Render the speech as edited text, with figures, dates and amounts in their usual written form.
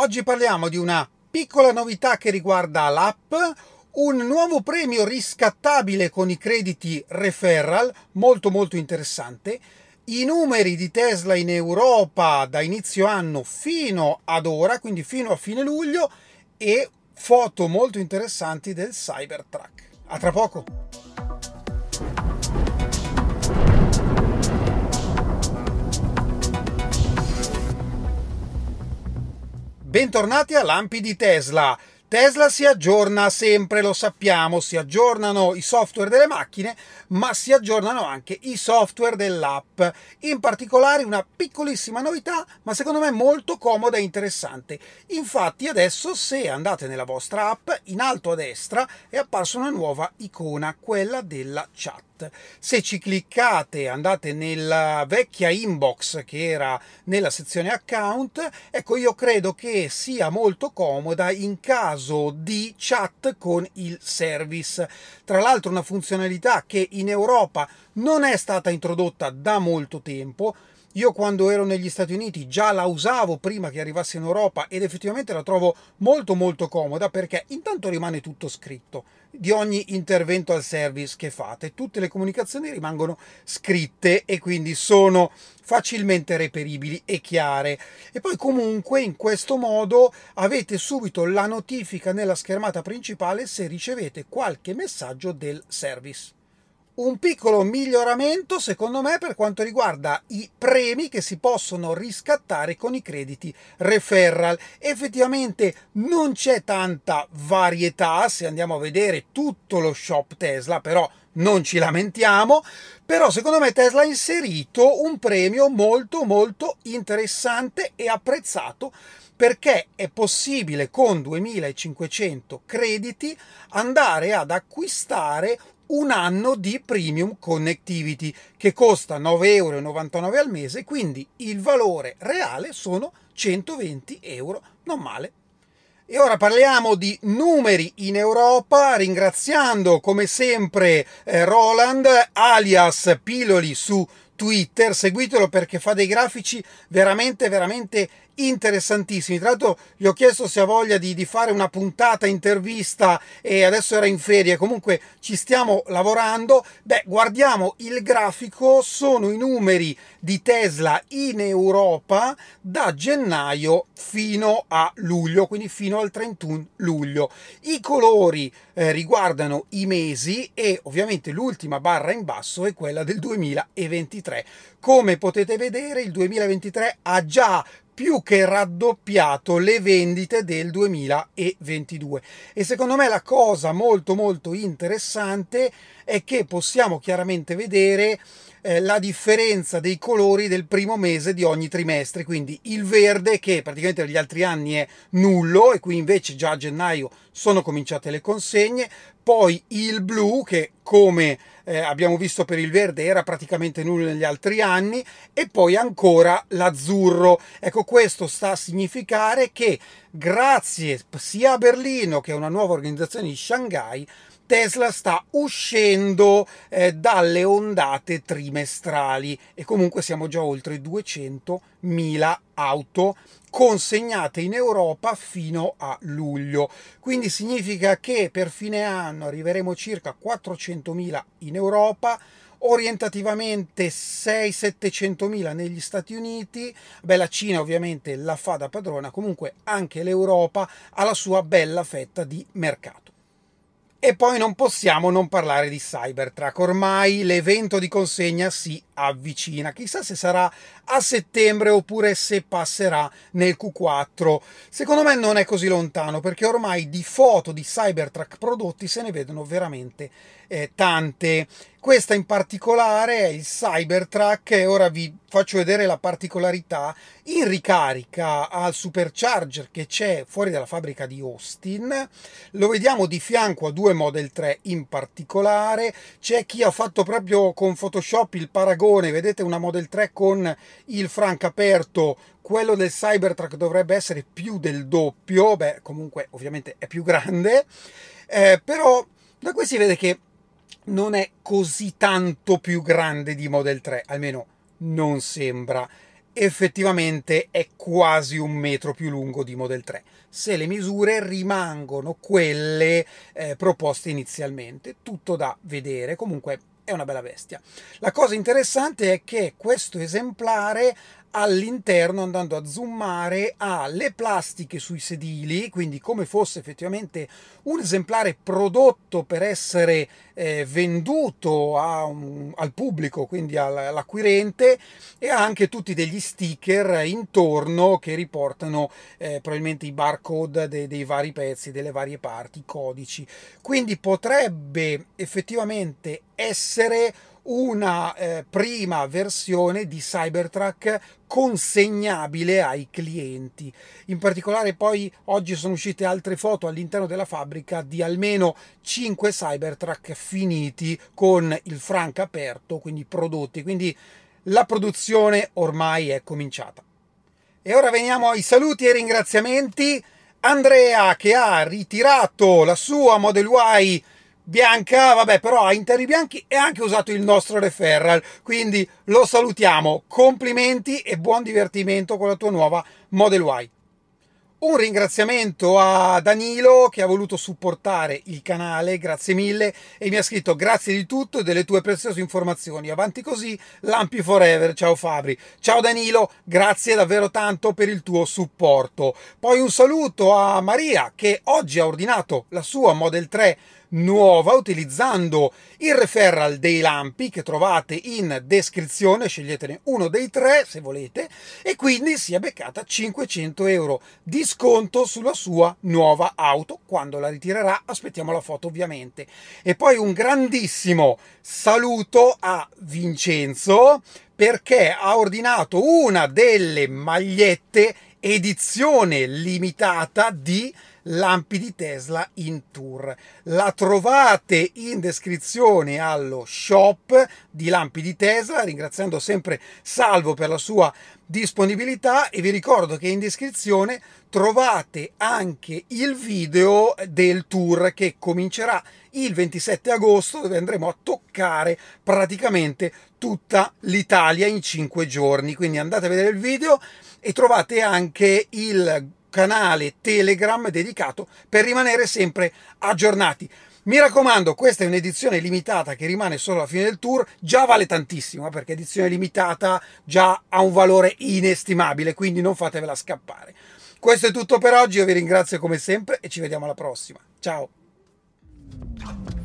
Oggi parliamo di una piccola novità che riguarda l'app, un nuovo premio riscattabile con i crediti referral, molto interessante, i numeri di Tesla in Europa da inizio anno fino ad ora, quindi fino a fine luglio, e foto molto interessanti del Cybertruck. A tra poco! Bentornati a Lampi di Tesla. Tesla si aggiorna sempre, lo sappiamo, si aggiornano i software delle macchine, ma si aggiornano anche i software dell'app. In particolare una piccolissima novità, ma secondo me molto comoda e interessante. Infatti adesso, se andate nella vostra app, in alto a destra è apparsa una nuova icona, quella della chat. Se ci cliccate, andate nella vecchia inbox che era nella sezione account, ecco, io credo che sia molto comoda in caso di chat con il service. Tra l'altro una funzionalità che in Europa non è stata introdotta da molto tempo. Io quando ero negli Stati Uniti già la usavo prima che arrivasse in Europa ed effettivamente la trovo molto comoda, perché intanto rimane tutto scritto di ogni intervento al service che fate, tutte le comunicazioni rimangono scritte e quindi sono facilmente reperibili e chiare, e poi comunque in questo modo avete subito la notifica nella schermata principale se ricevete qualche messaggio del service. Un piccolo miglioramento secondo me per quanto riguarda i premi che si possono riscattare con i crediti referral. Effettivamente non c'è tanta varietà se andiamo a vedere tutto lo shop Tesla, però non ci lamentiamo. Però secondo me Tesla ha inserito un premio molto interessante e apprezzato, perché è possibile con 2500 crediti andare ad acquistare un anno di Premium Connectivity che costa 9,99 € al mese, quindi il valore reale sono 120 euro, non male. E ora parliamo di numeri in Europa, ringraziando come sempre Roland alias Piloli su Twitter. Seguitelo perché fa dei grafici veramente interessantissimi. Tra l'altro gli ho chiesto se ha voglia di fare una puntata intervista e adesso era in ferie, comunque ci stiamo lavorando. Guardiamo il grafico, sono i numeri di Tesla in Europa da gennaio fino a luglio, quindi fino al 31 luglio. I colori riguardano i mesi e ovviamente l'ultima barra in basso è quella del 2023. Come potete vedere, il 2023 ha già più che raddoppiato le vendite del 2022, e secondo me la cosa molto interessante è che possiamo chiaramente vedere la differenza dei colori del primo mese di ogni trimestre, quindi il verde che praticamente negli altri anni è nullo e qui invece già a gennaio sono cominciate le consegne, poi il blu che come abbiamo visto per il verde era praticamente nullo negli altri anni, e poi ancora l'azzurro. Ecco, questo sta a significare che grazie sia a Berlino che a una nuova organizzazione di Shanghai, Tesla sta uscendo dalle ondate trimestrali e comunque siamo già oltre 200.000 auto consegnate in Europa fino a luglio. Quindi significa che per fine anno arriveremo circa a 400.000 in Europa, orientativamente 600-700.000 negli Stati Uniti. La Cina ovviamente la fa da padrona, comunque anche l'Europa ha la sua bella fetta di mercato. E poi non possiamo non parlare di Cybertruck. Ormai l'evento di consegna si avvicina. Chissà se sarà a settembre oppure se passerà nel Q4. Secondo me non è così lontano, perché ormai di foto di Cybertruck prodotti se ne vedono veramente tante. Questa in particolare è il Cybertruck e ora vi faccio vedere la particolarità. In ricarica al supercharger che c'è fuori dalla fabbrica di Austin, lo vediamo di fianco a due Model 3 in particolare. C'è chi ha fatto proprio con Photoshop il paragone, vedete una Model 3 con il franco aperto, quello del Cybertruck dovrebbe essere più del doppio, comunque ovviamente è più grande, però da qui si vede che non è così tanto più grande di Model 3, almeno non sembra. effettivamente è quasi 1 metro più lungo di Model 3, se le misure rimangono quelle proposte inizialmente. Tutto da vedere, comunque è una bella bestia. La cosa interessante è che questo esemplare all'interno, andando a zoomare, ha le plastiche sui sedili, quindi come fosse effettivamente un esemplare prodotto per essere venduto al pubblico, quindi all'acquirente, e ha anche tutti degli sticker intorno che riportano probabilmente i barcode dei vari pezzi, delle varie parti, i codici. Quindi potrebbe effettivamente essere una prima versione di Cybertruck consegnabile ai clienti. In particolare poi oggi sono uscite altre foto all'interno della fabbrica di almeno 5 Cybertruck finiti con il franco aperto, quindi prodotti, quindi la produzione ormai è cominciata. E ora veniamo ai saluti e ai ringraziamenti. Andrea, che ha ritirato la sua Model Y bianca, vabbè, però ha interi bianchi e ha anche usato il nostro referral, quindi lo salutiamo, complimenti e buon divertimento con la tua nuova Model Y. Un ringraziamento a Danilo che ha voluto supportare il canale, grazie mille, e mi ha scritto grazie di tutto e delle tue preziose informazioni, avanti così, lampi forever. Ciao Fabri. Ciao Danilo, grazie davvero tanto per il tuo supporto. Poi un saluto a Maria che oggi ha ordinato la sua Model 3 nuova utilizzando il referral dei lampi che trovate in descrizione, sceglietene uno dei 3 se volete, e quindi si è beccata 500 euro di sconto sulla sua nuova auto. Quando la ritirerà aspettiamo la foto ovviamente. E poi un grandissimo saluto a Vincenzo perché ha ordinato una delle magliette edizione limitata di lampi di Tesla in tour. La trovate in descrizione allo shop di lampi di Tesla, ringraziando sempre Salvo per la sua disponibilità, e vi ricordo che in descrizione trovate anche il video del tour che comincerà il 27 agosto, dove andremo a toccare praticamente tutta l'Italia in 5 giorni. Quindi andate a vedere il video e trovate anche il canale Telegram dedicato per rimanere sempre aggiornati. Mi raccomando, questa è un'edizione limitata che rimane solo alla fine del tour, già vale tantissimo perché edizione limitata già ha un valore inestimabile, quindi non fatevela scappare. Questo è tutto per oggi, io vi ringrazio come sempre e ci vediamo alla prossima. Ciao!